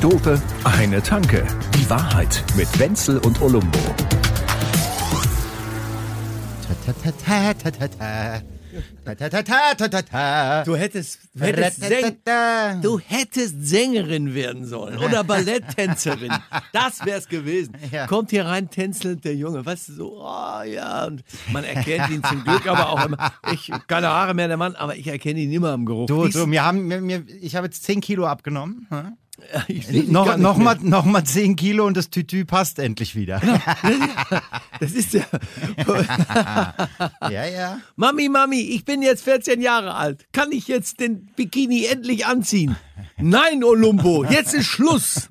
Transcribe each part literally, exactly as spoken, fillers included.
Dope, eine Tanke. Die Wahrheit mit Wenzel und Olumbo. Du hättest, du hättest, Säng, du hättest Sängerin werden sollen oder Balletttänzerin. Das wär's gewesen. Ja. Kommt hier rein tänzelnd der Junge, weißt du, so, oh ja, und man erkennt ihn zum Glück, aber auch immer, ich, keine Haare mehr, der Mann, aber ich erkenne ihn immer im Geruch. Du, Dies- du, wir haben, wir, wir, ich habe jetzt zehn Kilo abgenommen. Hm? Ja, ich seh dich Noch, gar nicht noch, mehr. mal, noch mal zehn Kilo und das Tütü passt endlich wieder. Das ist ja. Ja, ja. Mami, Mami, ich bin jetzt vierzehn Jahre alt. Kann ich jetzt den Bikini endlich anziehen? Nein, Olumbo, jetzt ist Schluss.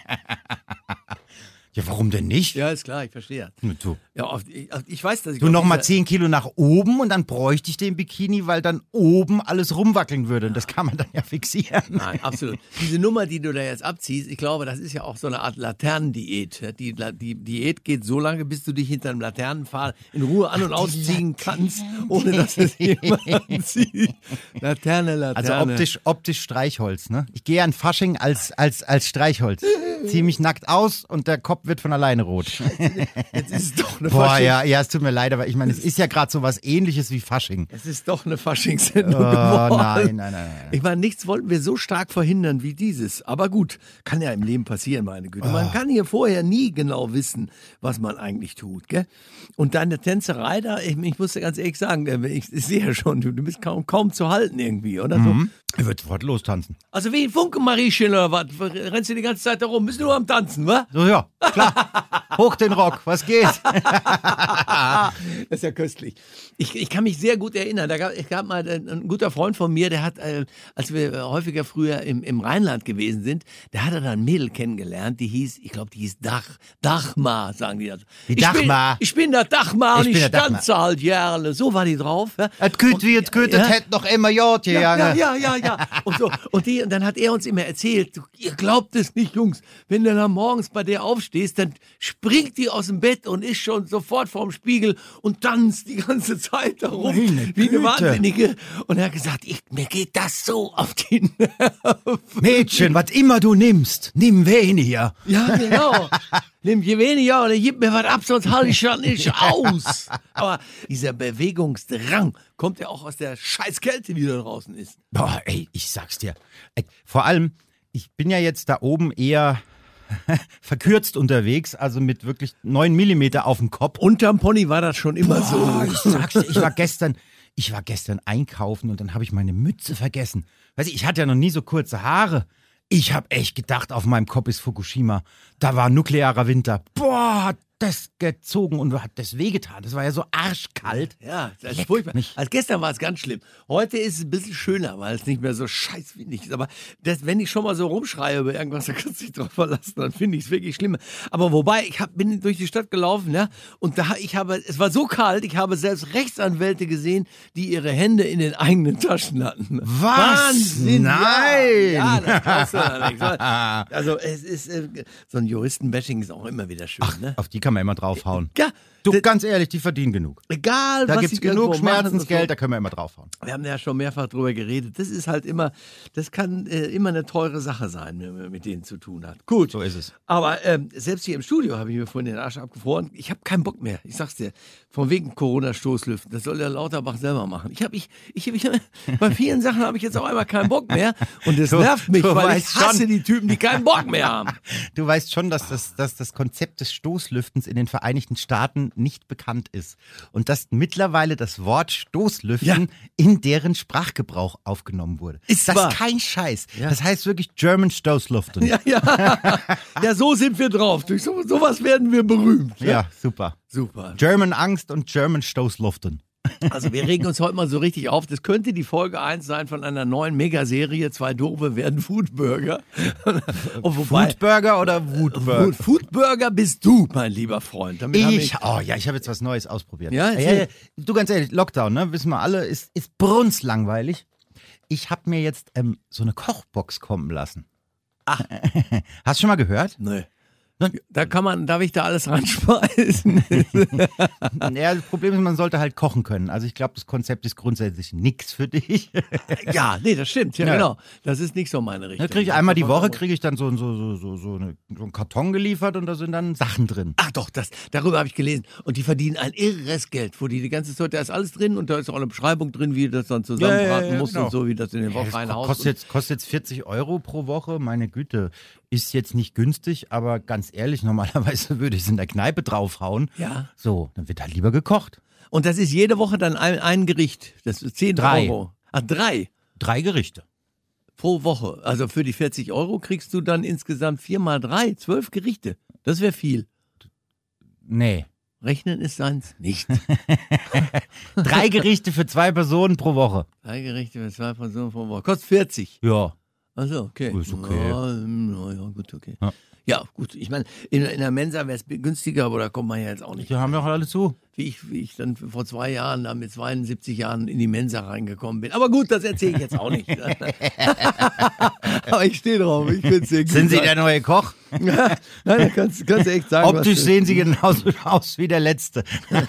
Ja, warum denn nicht? Ja, ist klar, ich verstehe. Du, Ja, auf, ich, auf, ich weiß, dass ich. du auf noch mal dieser- zehn Kilo nach oben und dann bräuchte ich den Bikini, weil dann oben alles rumwackeln würde. Und das kann man dann ja fixieren. Nein, absolut. Diese Nummer, die du da jetzt abziehst, ich glaube, das ist ja auch so eine Art Laternendiät. Die, die Diät geht so lange, bis du dich hinter einem Laternenpfahl in Ruhe an- und ausziehen kannst, ohne dass es jemand sieht. Laterne, Laterne. Also optisch, optisch Streichholz, ne? Ich gehe an Fasching als, als, als Streichholz. Zieh mich nackt aus und der Kopf wird von alleine rot. Jetzt ist es doch eine Boah, Fasching. ja, ja, es tut mir leid, aber ich meine, es ist ja gerade so was Ähnliches wie Fasching. Es ist doch eine Faschingssendung Oh, geworden. nein, nein, nein, nein. Ich meine, nichts wollten wir so stark verhindern wie dieses. Aber gut, kann ja im Leben passieren, meine Güte. Oh. Man kann hier vorher nie genau wissen, was man eigentlich tut, gell? Und deine Tänzerei da, ich, ich muss dir ganz ehrlich sagen, ich, ich sehe ja schon, du, du bist kaum, kaum zu halten irgendwie, oder so. Er wird sofort lostanzen. Also wie Funke Mariechen oder was? Rennst du die ganze Zeit da rum? Bist du nur am Tanzen, wa? So, ja, klar. Hoch den Rock, was geht? Das ist ja köstlich. Ich, ich kann mich sehr gut erinnern. Da gab, es gab mal ein, ein guter Freund von mir, der hat, äh, als wir äh, häufiger früher im, im Rheinland gewesen sind, der hat dann ein Mädel kennengelernt, die hieß, ich glaube, die hieß Dach, Dachmar, sagen die das. Die Ich bin- Dachmar. Ich bin der Dachmar Ich und bin ich der Dachmar. tanze halt gerne. So war die drauf. Ja. Et gut wie et gut, Ja. et hätt noch immer Jod Ja, ja, gegangen. ja, ja, ja. Und, so, und, die, und dann hat er uns immer erzählt, du, ihr glaubt es nicht, Jungs, wenn du dann morgens bei der aufstehst, dann springt die aus dem Bett und ist schon sofort vorm Spiegel und tanzt die ganze Zeit darum, Meine wie eine Güte. Wahnsinnige. Und er hat gesagt, ich, mir geht das so auf die Nerven. Mädchen, was immer du nimmst, nimm weniger. Ja, genau. Nimm je weniger oder gib mir was ab, sonst halte ich schon nicht aus. Aber dieser Bewegungsdrang kommt ja auch aus der scheiß Kälte, die da draußen ist. Boah, ey, ich sag's dir. Ey, vor allem, ich bin ja jetzt da oben eher verkürzt unterwegs, also mit wirklich neun Millimeter auf dem Kopf. Unterm Pony war das schon immer Boah, so. ich sag's dir, ich war gestern, ich war gestern einkaufen und dann habe ich meine Mütze vergessen. Weißt du, ich hatte ja noch nie so kurze Haare. Ich habe echt gedacht, auf meinem Kopf ist Fukushima. Da war nuklearer Winter. Boah, hat das gezogen und hat das wehgetan. Das war ja so arschkalt. Ja, das ist Leck furchtbar. mich. Also gestern war es ganz schlimm. Heute ist es ein bisschen schöner, weil es nicht mehr so scheißwindig ist. Aber das, wenn ich schon mal so rumschreie über irgendwas, dann kannst du dich drauf verlassen, dann finde ich es wirklich schlimm. Aber wobei, ich hab, bin durch die Stadt gelaufen, ja, und da ich habe, es war so kalt, ich habe selbst Rechtsanwälte gesehen, die ihre Hände in den eigenen Taschen hatten. Was? Wahnsinn! Nein! Ja, ja, das glaubst du doch nicht. Also es ist, äh, so ein Juristenbashing ist auch immer wieder schön, ne? Auf die kann man immer draufhauen. Ja, Du, d- ganz ehrlich, die verdienen genug. egal Da was gibt's sie genug irgendwo machen und Schmerzensgeld, so. da können wir immer draufhauen. Wir haben ja schon mehrfach drüber geredet. Das ist halt immer, das kann äh, immer eine teure Sache sein, wenn man mit denen zu tun hat. Gut. So ist es. Aber ähm, selbst hier im Studio habe ich mir vorhin den Arsch abgefroren. Ich habe keinen Bock mehr. Ich sag's dir. Von wegen Corona-Stoßlüften. Das soll der Lauterbach selber machen. Ich habe, ich, ich, ich, bei vielen Sachen habe ich jetzt auch einmal keinen Bock mehr. Und das Du- nervt mich, du weil ich weißt hasse schon. die Typen, die keinen Bock mehr haben. Du weißt schon, dass das, dass das Konzept des Stoßlüftens in den Vereinigten Staaten nicht bekannt ist. Und dass mittlerweile das Wort Stoßlüften Ja. in deren Sprachgebrauch aufgenommen wurde. Ist das wahr. ist kein Scheiß. Ja. Das heißt wirklich German Stoßlüften. Ja, ja. Ja, so sind wir drauf. Durch so, sowas werden wir berühmt. Ne? Ja, super. Super. German Angst und German Stoßlüften. Also wir regen uns heute mal so richtig auf. Das könnte die Folge eins sein von einer neuen Megaserie. Zwei Doofe werden Foodburger. Und wobei, Foodburger oder Wutburger? Food, Foodburger bist du, mein lieber Freund. Damit haben Ich, oh ja, ich habe jetzt was Neues ausprobiert. Ja, ja, erzähl. ja, du ganz ehrlich, Lockdown, ne, wissen wir alle, ist, ist brunslangweilig. Ich habe mir jetzt ähm, so eine Kochbox kommen lassen. Ach. Hast du schon mal gehört? Nee. Da kann man, darf ich da alles reinspeisen? Ja, das Problem ist, man sollte halt kochen können. Also ich glaube, das Konzept ist grundsätzlich nichts für dich. Ja, nee, das stimmt. Ja, Ja. genau. Das ist nicht so meine Richtung. Da kriege ich einmal die Woche kriege ich dann so, so, so, so, so, eine, so einen Karton geliefert und da sind dann Sachen drin. Ach doch, das, darüber habe ich gelesen. Und die verdienen ein irres Geld, wo die die ganze Zeit, da ist alles drin und da ist auch eine Beschreibung drin, wie du das dann zusammenbraten Ja, ja, ja, musst genau. und so, wie das in den Ja, Wochen das reinhaust. kostet jetzt, kostet jetzt vierzig Euro pro Woche, meine Güte. Ist jetzt nicht günstig, aber ganz ehrlich, normalerweise würde ich es in der Kneipe draufhauen. Ja. So, dann wird halt lieber gekocht. Und das ist jede Woche dann ein, ein Gericht. Das ist zehn Drei. Euro. Ach, drei Drei Gerichte. pro Woche. Also für die vierzig Euro kriegst du dann insgesamt vier mal drei, zwölf Gerichte. Das wäre viel. Nee. Rechnen ist seins nicht. Drei Gerichte für zwei Personen pro Woche. Drei Gerichte für zwei Personen pro Woche. Kostet vierzig. Ja. Also okay. Ist okay. Ja, ja, ja gut, okay. Ja. Ja, gut. Ich meine, in, in der Mensa wäre es günstiger, aber da kommt man ja jetzt auch nicht. Die haben ja auch alle zu. Wie ich, wie ich dann vor zwei Jahren, da mit zweiundsiebzig Jahren in die Mensa reingekommen bin. Aber gut, das erzähle ich jetzt auch nicht. Aber ich stehe drauf. Ich find's sehr gut. Sind Sie der neue Koch? Nein, da kannst, kannst du echt sagen. Optisch was du- sehen Sie genauso aus wie der letzte.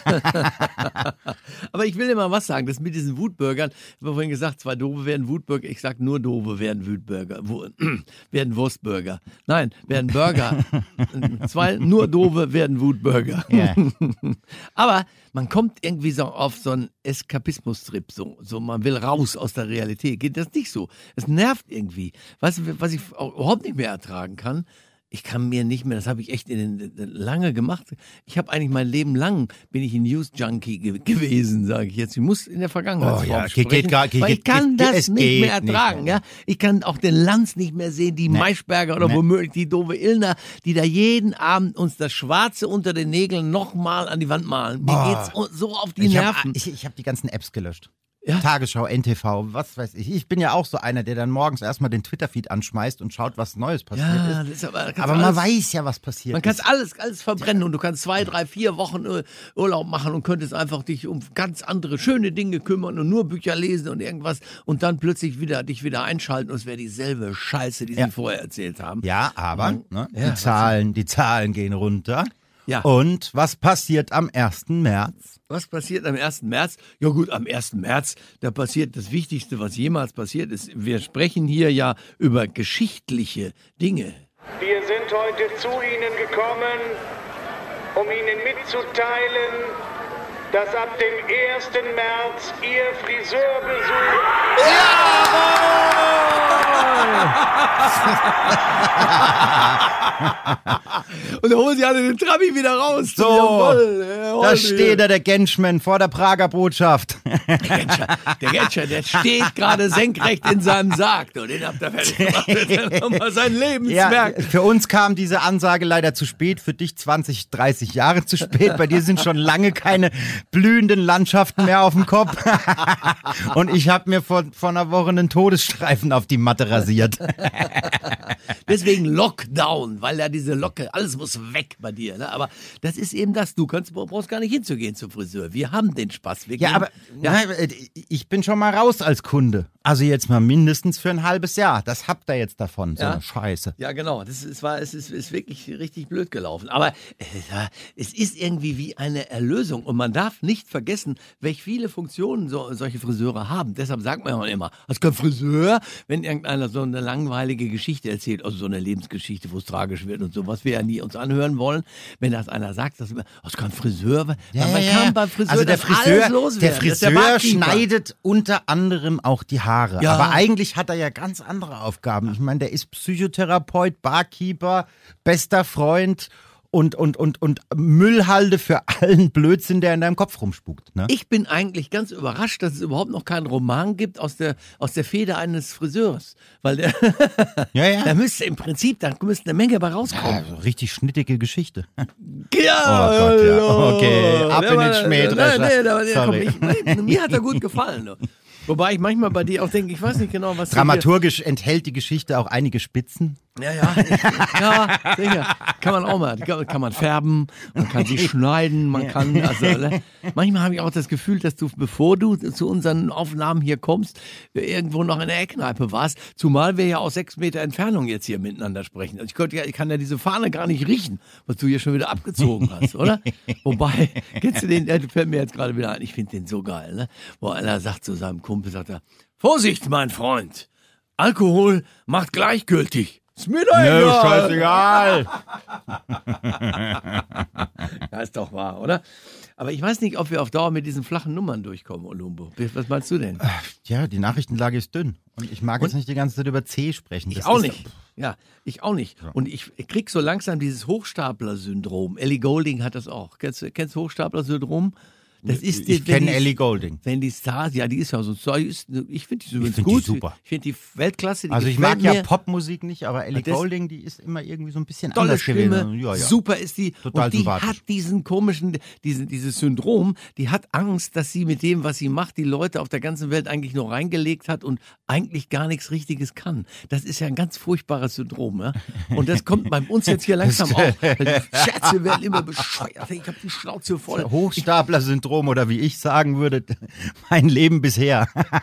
Aber ich will dir mal was sagen, das mit diesen Wutburgern, ich habe vorhin gesagt, zwei Doofe werden Wutburger, ich sag nur Doofe werden Wutburger, Wu- werden Wurstburger. Nein, werden Burger. Zwei, nur Doofe werden Wutburger. Ja. Aber man kommt irgendwie so auf so einen Eskapismus-Trip, so, so man will raus aus der Realität. Geht das nicht so? Es nervt irgendwie. Weißt du, was ich auch überhaupt nicht mehr ertragen kann? Ich kann mir nicht mehr, das habe ich echt in den, lange gemacht. Ich habe eigentlich mein Leben lang, bin ich ein News-Junkie ge gewesen, sage ich jetzt. Ich muss in der Vergangenheit Oh ja, sprechen, geht- geht gar- geht- weil ich kann geht- das es nicht geht mehr nicht ertragen. mehr. Ja? Ich kann auch den Lanz nicht mehr sehen, die Nee. Maischberger oder Nee. womöglich die doofe Illner, die da jeden Abend uns das Schwarze unter den Nägeln nochmal an die Wand malen. Mir Boah. geht's so auf die Ich Nerven. habe ich, ich hab die ganzen Apps gelöscht. Ja. Tagesschau, N T V, was weiß ich. Ich bin ja auch so einer, der dann morgens erstmal den Twitter-Feed anschmeißt und schaut, was Neues passiert Ja, ist. das ist aber, kannst Aber du man alles- weiß ja, was passiert Man kann ist. alles, alles verbrennen und du kannst zwei, drei, vier Wochen äh, Urlaub machen und könntest einfach dich um ganz andere schöne Dinge kümmern und nur Bücher lesen und irgendwas und dann plötzlich wieder dich wieder einschalten und es wäre dieselbe Scheiße, die Ja. sie vorher erzählt haben. Ja, aber Mhm. ne, Ja, die, Zahlen, die Zahlen gehen runter. Ja. Und was passiert am ersten März? Was passiert am ersten März? Ja gut, am ersten März, da passiert das Wichtigste, was jemals passiert ist. Wir sprechen hier ja über geschichtliche Dinge. Wir sind heute zu Ihnen gekommen, um Ihnen mitzuteilen, dass ab dem ersten März Ihr Friseurbesuch... Und da holen sie alle den Trabi wieder raus. So, Jawohl, jawohl, da steht er, der Genschman, vor der Prager Botschaft. Der Genscher, der Genscher, der steht gerade senkrecht in seinem Sarg. Du, den habt ihr fertig gemacht. Der hat nochmal sein Ja, Lebenswerk. für uns kam diese Ansage leider zu spät, für dich zwanzig, dreißig Jahre zu spät. Bei dir sind schon lange keine blühenden Landschaften mehr auf dem Kopf. Und ich habe mir vor, vor einer Woche einen Todesstreifen auf die Matte rasiert. Deswegen Lockdown, weil ja diese Locke, alles muss weg bei dir. Ne? Aber das ist eben das, du kannst, brauchst gar nicht hinzugehen zum Friseur. Wir haben den Spaß. Wir Ja, gehen, aber na, ich bin schon mal raus als Kunde. Also jetzt mal mindestens für ein halbes Jahr. Das habt ihr jetzt davon, so Ja. eine Scheiße. Ja, genau. Das ist, war, es ist, ist wirklich richtig blöd gelaufen. Aber äh, ja, es ist irgendwie wie eine Erlösung. Und man darf nicht vergessen, welche viele Funktionen so, solche Friseure haben. Deshalb sagt man ja auch immer, als kein Friseur, wenn irgendeiner so eine langweilige Geschichte erzählt, also so eine Lebensgeschichte, wo es tragisch wird und so, was wir ja nie uns anhören wollen, wenn das einer sagt, dass als kein Friseur, man, man kann beim Friseur also der das Friseur, alles loswerden. der Das ist der Friseur Barkeeper. schneidet unter anderem auch die Haare. Ja. Aber eigentlich hat er ja ganz andere Aufgaben. Ich meine, der ist Psychotherapeut, Barkeeper, bester Freund und, und, und, und Müllhalde für allen Blödsinn, der in deinem Kopf rumspukt. Ne? Ich bin eigentlich ganz überrascht, dass es überhaupt noch keinen Roman gibt aus der, aus der Feder eines Friseurs. Weil der, Ja, ja. da müsste im Prinzip, da müsste eine Menge bei rauskommen. Also, richtig schnittige Geschichte. Ja, Oh Gott, ja. hallo. Okay, ab Der in war- den Schmähdrescher. Nein, nee, der, der, komm, Sorry. ich, mir hat er gut gefallen. Du. Wobei ich manchmal bei dir auch denke, ich weiß nicht genau, was du Dramaturgisch enthält die Geschichte auch einige Spitzen. Ja, ja, ja, sicher. Kann man auch mal. Die kann, kann man färben, man kann sie schneiden, man kann, also, ne? Manchmal habe ich auch das Gefühl, dass du, bevor du zu unseren Aufnahmen hier kommst, irgendwo noch in der Eckkneipe warst, zumal wir ja aus sechs Meter Entfernung jetzt hier miteinander sprechen. Also ich, könnte, ja- ich kann ja diese Fahne gar nicht riechen, was du hier schon wieder abgezogen hast, oder? Wobei, kennst du den, der fällt mir jetzt gerade wieder ein, ich finde den so geil, ne? Wo einer sagt zu seinem Kumpel, sagt er, Vorsicht, mein Freund, Alkohol macht gleichgültig. Ist mir doch Nö, egal. scheißegal. Ja, ist doch wahr, oder? Aber ich weiß nicht, ob wir auf Dauer mit diesen flachen Nummern durchkommen, Olumbo. Was meinst du denn? Ja, die Nachrichtenlage ist dünn. Und ich mag jetzt nicht die ganze Zeit über C sprechen. Ich Das auch ist- nicht. Ja, ich auch nicht. Und ich krieg so langsam dieses Hochstapler-Syndrom. Ellie Goulding hat das auch. Kennst du kennst du Hochstapler-Syndrom? Das ist die- Ich wenn kenne die- Ellie Goulding. Wenn die Stars, ja, die ist ja so, so ist, ich finde die übrigens find die gut. super. Ich finde die Weltklasse. Die Also ich gefällt mag ja mir. Popmusik nicht, aber Ellie Das- Goulding, die ist immer irgendwie so ein bisschen Tolle anders Stimme, gewesen. Ja, ja. super ist die. Total und die sympathisch. hat diesen komischen, diesen, dieses Syndrom, die hat Angst, dass sie mit dem, was sie macht, die Leute auf der ganzen Welt eigentlich nur reingelegt hat und eigentlich gar nichts Richtiges kann. Das ist ja ein ganz furchtbares Syndrom. Ja? Und das kommt bei uns jetzt hier langsam auf. Die Scherze werden immer bescheuert. Ich habe die Schnauze voll. Hochstapler-Syndrom oder wie ich sagen würde, mein Leben bisher.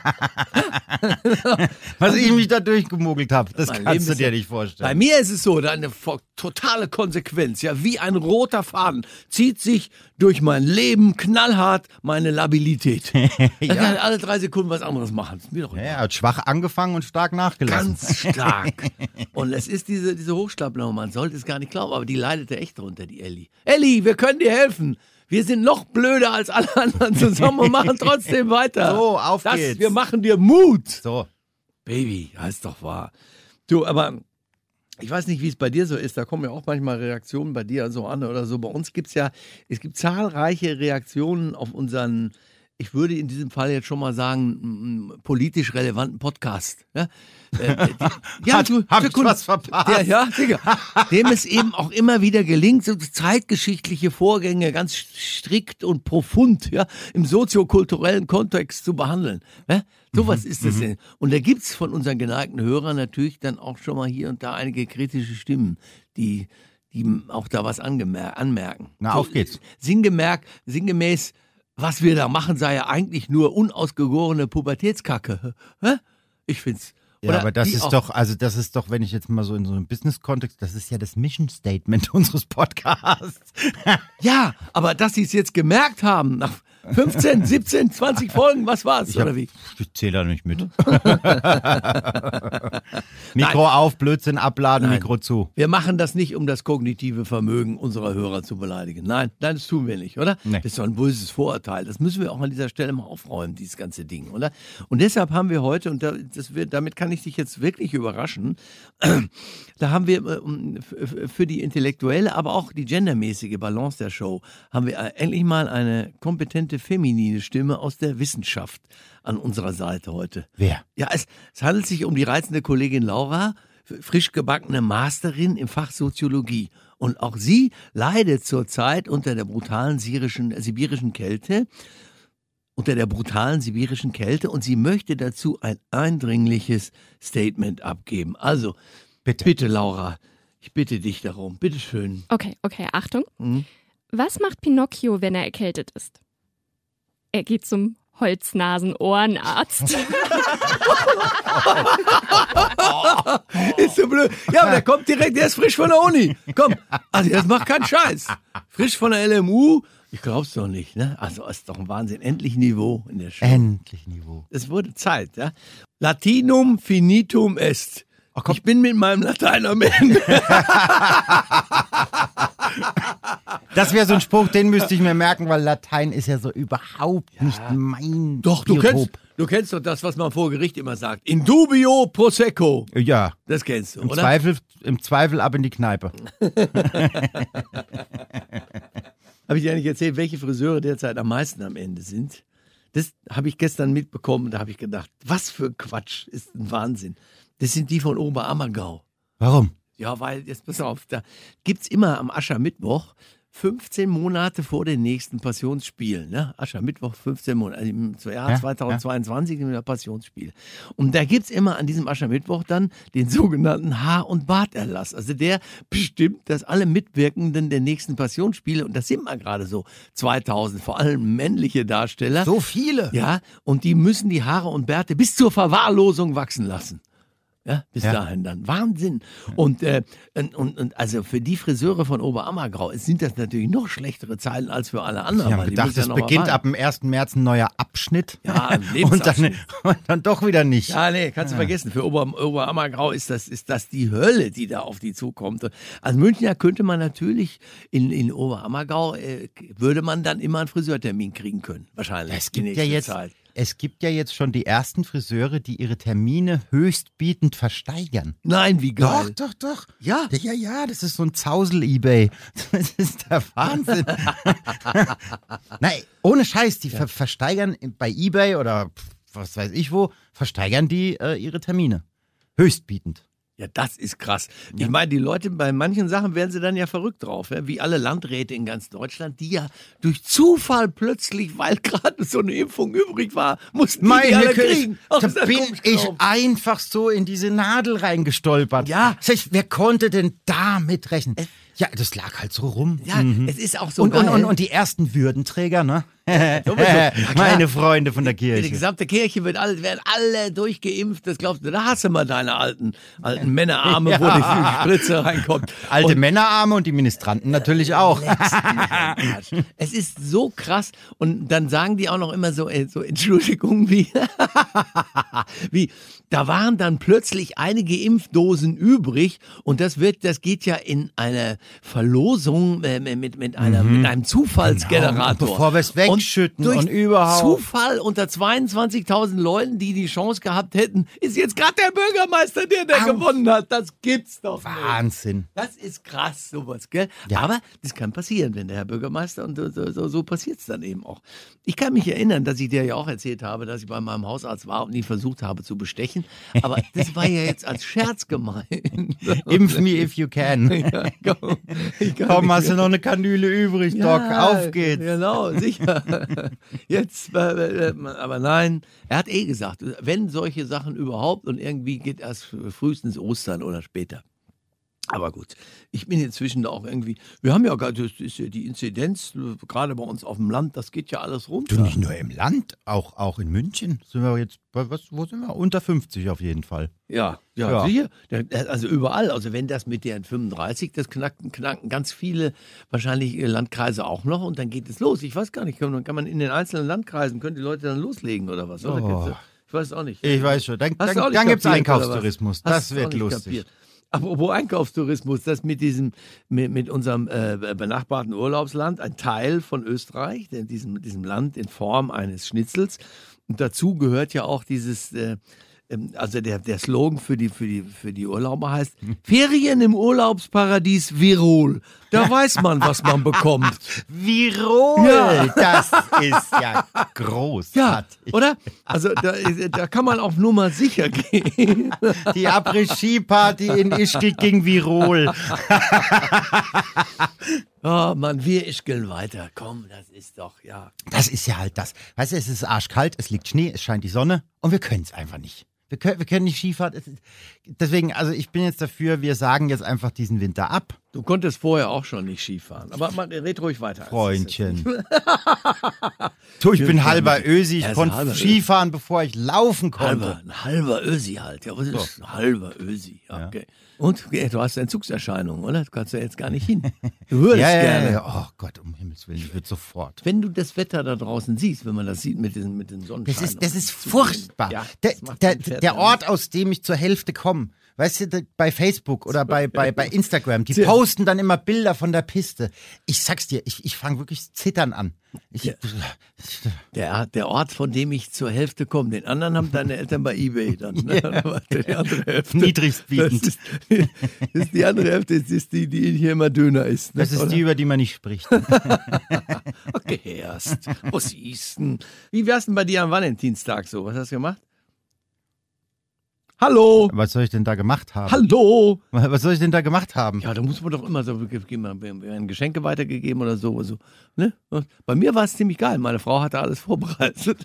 Was ich mich da durchgemogelt habe, das Mein kannst Leben du ist dir ja- nicht Bei vorstellen. mir ist es so, da eine vo- totale Konsequenz, ja, wie ein roter Faden zieht sich durch mein Leben knallhart meine Labilität. Da kann ich alle drei Sekunden was anderes machen. Ist mir doch Ja, egal. er hat schwach angefangen und stark nachgelassen. Ganz stark. Und es ist diese, diese Hochstapler, man sollte es gar nicht glauben, aber die leidete echt drunter, die Elli. Elli, wir können dir helfen. Wir sind noch blöder als alle anderen zusammen und machen trotzdem weiter. So, auf das, geht's. Wir machen dir Mut. So. Baby, ja, ist doch wahr. Du, aber ich weiß nicht, wie es bei dir so ist. Da kommen ja auch manchmal Reaktionen bei dir so an oder so. Bei uns gibt es ja, es gibt zahlreiche Reaktionen auf unseren, ich würde in diesem Fall jetzt schon mal sagen, m- m- politisch relevanten Podcast. Ja, äh, die, ja Hat- du, hab ich Sekunde. was verpasst? Ja, ja, Digga. Dem es eben auch immer wieder gelingt, so zeitgeschichtliche Vorgänge ganz strikt und profund, ja, im soziokulturellen Kontext zu behandeln. Ja? Sowas ist das denn. Und da gibt's von unseren geneigten Hörern natürlich dann auch schon mal hier und da einige kritische Stimmen, die, die auch da was angemer- anmerken. Na, auf geht's. Sinngemerk, sinngemäß, was wir da machen, sei ja eigentlich nur unausgegorene Pubertätskacke. Hä? Ich find's. Ja, Oder aber das die ist auch- doch, also das ist doch, wenn ich jetzt mal so in so einem Business-Kontext, das ist ja das Mission-Statement unseres Podcasts. Ja, aber dass sie es jetzt gemerkt haben, nach fünfzehn, siebzehn, zwanzig Folgen, was war's, Ich, hab, oder wie? ich zähle da nicht mit. Mikro auf, Blödsinn abladen, Nein. Mikro zu. Wir machen das nicht, um das kognitive Vermögen unserer Hörer zu beleidigen. Nein, nein, das tun wir nicht, oder? Nee. Das ist doch ein böses Vorurteil. Das müssen wir auch an dieser Stelle mal aufräumen, dieses ganze Ding, oder? Und deshalb haben wir heute, und da, das wird, damit kann ich dich jetzt wirklich überraschen, da haben wir äh, um, f- f- für die intellektuelle, aber auch die gendermäßige Balance der Show, haben wir äh, endlich mal eine kompetente feminine Stimme aus der Wissenschaft an unserer Seite heute. Wer? Ja, es, es handelt sich um die reizende Kollegin Laura, f- frisch gebackene Masterin im Fach Soziologie. Und auch sie leidet zurzeit unter der brutalen syrischen, äh, sibirischen Kälte, unter der brutalen sibirischen Kälte und sie möchte dazu ein eindringliches Statement abgeben. Also, Bitte. bitte Laura, ich bitte dich darum, bitteschön. Okay, okay, Achtung. Mhm. Was macht Pinocchio, wenn er erkältet ist? Er geht zum Holznasen-Ohrenarzt. Ist so blöd. Ja, aber der kommt direkt, der ist frisch von der Uni. Komm, also das macht keinen Scheiß. Frisch von der L M U. Ich glaub's doch nicht, ne? Also ist doch ein Wahnsinn. Endlich Niveau in der Show. Endlich Niveau. Es wurde Zeit, ja? Latinum finitum est. Ich bin mit meinem Latein am Ende. Das wäre so ein Spruch, den müsste ich mir merken, weil Latein ist ja so überhaupt nicht mein Doch, du Biotop. kennst, du kennst doch das, was man vor Gericht immer sagt. In dubio prosecco. Ja, Das kennst du, im oder? Zweifel, im Zweifel ab in die Kneipe. Habe ich dir eigentlich erzählt, welche Friseure derzeit am meisten am Ende sind? Das habe ich gestern mitbekommen. Da habe ich gedacht, was für Quatsch, ist ein Wahnsinn. Das sind die von Oberammergau. Warum? Ja, weil, jetzt pass auf, da gibt's immer am Aschermittwoch fünfzehn Monate vor den nächsten Passionsspielen. Ne? Aschermittwoch, fünfzehn Monate, also im Jahr Ja, zweitausendzweiundzwanzig sind wir Passionsspiele. Und da gibt es immer an diesem Aschermittwoch dann den sogenannten Haar- und Barterlass. Also der bestimmt, dass alle Mitwirkenden der nächsten Passionsspiele, und das sind wir gerade so, zweitausend, vor allem männliche Darsteller. So viele. Ja, und die müssen die Haare und Bärte bis zur Verwahrlosung wachsen lassen. Ja, bis Ja. dahin dann. Wahnsinn. Und, äh, und, und, und also für die Friseure von Oberammergau sind das natürlich noch schlechtere Zeiten als für alle anderen. Ich habe weil die gedacht, müssen ja es noch mal beginnt warten. ab dem ersten März ein neuer Abschnitt. Ja, ein und, dann, Lebensabschnitt. und dann doch wieder nicht. Ja, nee, kannst du vergessen. Für Ober, Oberammergau ist das, ist das die Hölle, die da auf die zukommt. Als Münchner könnte man natürlich in, in Oberammergau, äh, würde man dann immer einen Friseurtermin kriegen können. Wahrscheinlich. Es die gibt ja nächste jetzt, Zeit. es gibt ja jetzt schon die ersten Friseure, die ihre Termine höchstbietend versteigern. Nein, wie geil. Doch, doch, doch. Ja. Ja, ja, das ist so ein Zausel-Ebay. Das ist der Wahnsinn. Nein, ohne Scheiß, die ver versteigern bei Ebay oder was weiß ich wo, versteigern die äh, ihre Termine. Höchstbietend. Ja, das ist krass. Ich meine, die Leute, bei manchen Sachen werden sie dann ja verrückt drauf, ja? Wie alle Landräte in ganz Deutschland, die ja durch Zufall plötzlich, weil gerade so eine Impfung übrig war, mussten die, die alle kriegen. Ach, da ist das bin komisch ich gelaufen. einfach so in diese Nadel reingestolpert. Ja. Sag ich, wer konnte denn damit rechnen? Ja, das lag halt so rum. Ja, es ist auch so und, und, geil. und, und die ersten Würdenträger, ne? sowieso. Ja, klar. Meine Freunde von der Die Kirche. gesamte Kirche wird alle, werden alle durchgeimpft, das glaubst du, da hast du mal deine alten, alten Männerarme, Ja. wo die Spritze reinkommt. Alte Und Männerarme und die Ministranten natürlich auch. es ist so krass. Und dann sagen die auch noch immer so, äh, so Entschuldigung, wie, wie, da waren dann plötzlich einige Impfdosen übrig und das wird, das geht ja in eine Verlosung äh, mit, mit, einer, mit einem Zufallsgenerator. Genau, bevor wir es wegschütten durch und überhaupt. Zufall unter zweiundzwanzigtausend Leuten, die die Chance gehabt hätten, ist jetzt gerade der Bürgermeister, der, der Au. gewonnen hat. Das gibt's doch nicht. Wahnsinn. Das ist krass, sowas, gell? Ja. Aber das kann passieren, wenn der Herr Bürgermeister, und so, so, so passiert es dann eben auch. Ich kann mich erinnern, dass ich dir ja auch erzählt habe, dass ich bei meinem Hausarzt war und ihn versucht habe zu bestechen. Aber das war ja jetzt als Scherz gemeint. Impf me if you can. Ja, komm, ich kann Komm, nicht hast du mehr. noch eine Kanüle übrig, Doc? Auf geht's. Genau, sicher. Jetzt, äh, äh, aber nein, er hat eh gesagt, wenn solche Sachen überhaupt und irgendwie geht erst frühestens Ostern oder später. Aber gut, ich bin inzwischen da auch irgendwie, wir haben ja, gar- das ist ja die Inzidenz, gerade bei uns auf dem Land, das geht ja alles runter. Du, nicht nur im Land, auch, auch in München sind wir jetzt, bei was, wo sind wir? Unter fünfzig auf jeden Fall. Ja, ja, Ja. sicher. Der- Also überall. Also wenn das mit der fünfunddreißig, das knacken, knacken ganz viele wahrscheinlich äh, Landkreise auch noch und dann geht es los. Ich weiß gar nicht, kann man, kann man in den einzelnen Landkreisen, können die Leute dann loslegen oder was? Oder? Oh. Ich weiß auch nicht. Ich weiß schon, dann, Hast dann, du auch nicht dann gibt es kapiert, oder was? Einkaufstourismus. Hast Das du wird auch nicht lustig. kapiert. Apropos Einkaufstourismus, das mit diesem, mit, mit unserem äh, benachbarten Urlaubsland, ein Teil von Österreich, in diesem, diesem Land in Form eines Schnitzels. Und dazu gehört ja auch dieses, äh, ähm, also der, der Slogan für die, für, die, für die Urlauber heißt, Ferien im Urlaubsparadies Virol. Da weiß man, was man bekommt. Virol, Ja. das ist ja groß. Ja, oder? Also da, da kann man auf Nummer sicher gehen. Die Après-Ski-Party in Ischgl gegen Virol. Oh Mann, wir ischgeln weiter. Komm, das ist doch, ja. Das ist ja halt das. Weißt du, es ist arschkalt, es liegt Schnee, es scheint die Sonne und wir können es einfach nicht. Wir können, wir können nicht Skifahren. Es ist- Deswegen, also ich bin jetzt dafür, wir sagen jetzt einfach diesen Winter ab. Du konntest vorher auch schon nicht Skifahren. Aber man, red ruhig weiter. Freundchen. Du, ich bin halber Ösi, Er ich ist konnte halber Skifahren, bevor ich laufen konnte. Halber, ein halber Ösi halt. Ja, was ist ein halber Ösi? Ja, okay. Und äh, du hast Entzugserscheinungen, oder? Du kannst ja jetzt gar nicht hin. Du würdest Ja, ja, gerne. ja. Oh Gott, um Himmels Willen, ich würde sofort. Wenn du das Wetter da draußen siehst, wenn man das sieht mit den, mit den Sonnenschein. Das ist, das ist Zu- furchtbar. Ja, der, das macht der, einen fertig. der Ort, aus dem ich zur Hälfte komme, weißt du, da- bei Facebook oder bei, bei, bei Instagram, die posten dann immer Bilder von der Piste. Ich sag's dir, ich, ich fange wirklich zittern an. Ich, Ja. Der, der Ort, von dem ich zur Hälfte komme, den anderen haben deine Eltern bei eBay dann. Ne? Warte, die andere Hälfte. Niedrigstbietend. Das ist, das ist die andere Hälfte, das ist die, die hier immer dünner ist. Ne? Das ist Oder? die, über die man nicht spricht. Okay, erst. Was siehst denn? Wie wär's denn bei dir am Valentinstag so? Was hast du gemacht? Hallo. Was soll ich denn da gemacht haben? Hallo. Was soll ich denn da gemacht haben? Ja, da muss man doch immer so ein Geschenke weitergegeben oder so. so ne? Bei mir war es ziemlich geil. Meine Frau hatte alles vorbereitet.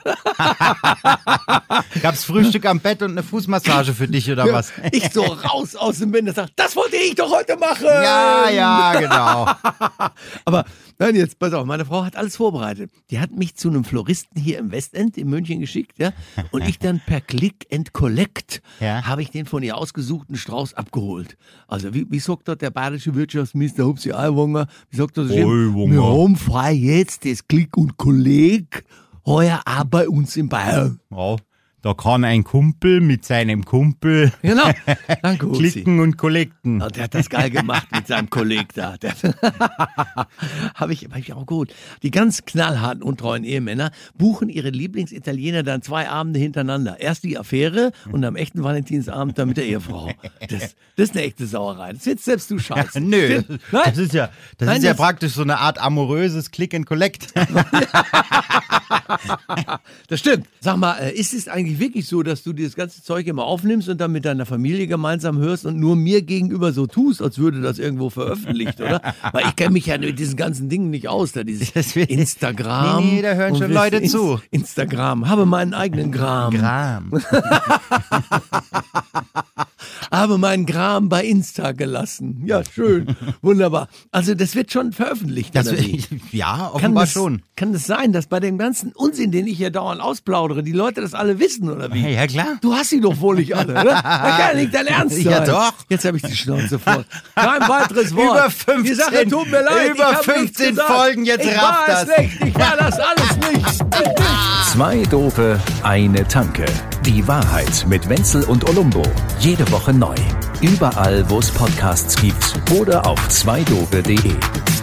Gab's Frühstück am Bett und eine Fußmassage für dich oder was? Ich so raus aus dem Bett und sag, das wollte ich doch heute machen. Ja, ja, genau. Aber nein, jetzt pass auf, meine Frau hat alles vorbereitet. Die hat mich zu einem Floristen hier im Westend in München geschickt, ja, und ich dann per Click and Collect Ja. habe ich den von ihr ausgesuchten Strauß abgeholt. Also wie, wie sagt dort der bayerische Wirtschaftsminister Hupsi Aiwanger, wie sagt er so schön? Aiwanger. Wir haben frei jetzt das Click und Collect heuer auch bei uns in Bayern. Oh, da kann ein Kumpel mit seinem Kumpel Genau, danke Hupsi. klicken und kollekten. Ja, der hat das geil gemacht mit seinem Kollegen da. Habe ich, hab ich auch gut. Die ganz knallharten, untreuen Ehemänner buchen ihre Lieblingsitaliener dann zwei Abende hintereinander. Erst die Affäre und am echten Valentinsabend dann mit der Ehefrau. Das, das ist eine echte Sauerei. Das willst selbst du scheiße. Nö, Nein? das ist ja, das Nein, ist ja das- praktisch so eine Art amoröses Click and Collect. Das stimmt. Sag mal, äh, ist es eigentlich wirklich so, dass du dieses ganze Zeug immer aufnimmst und dann mit deiner Familie gemeinsam hörst und nur mir gegenüber so tust, als würde das irgendwo veröffentlicht, oder? Weil ich kenne mich ja mit diesen ganzen Dingen nicht aus, da dieses Deswegen- Instagram. Nee, nee, da hören und schon wisst Leute ihr, Inst- zu. Instagram. Habe meinen eigenen Gram. Gram. Habe meinen Gram bei Insta gelassen. Ja, schön. Wunderbar. Also das wird schon veröffentlicht, Das, oder wie? ja, Kann offenbar das, schon. kann das sein, dass bei dem ganzen Unsinn, den ich hier dauernd ausplaudere, die Leute das alle wissen, oder wie? Ja, ja, klar. Du hast sie doch wohl nicht alle, oder? Das kann ja nicht dein Ernst sein. Ja, doch. Jetzt habe ich die Schnauze voll. Kein weiteres Wort. Über fünfzehn, Die Sache tut mir leid. über ich hab nichts fünfzehn gesagt. Folgen, jetzt ich rafft war es das. nicht. Ich war das alles nicht. Zwei Doofe, eine Tanke. Die Wahrheit mit Wenzel und Olumbo. Jede Woche neu. Überall, wo es Podcasts gibt oder auf zwei doofe punkt de.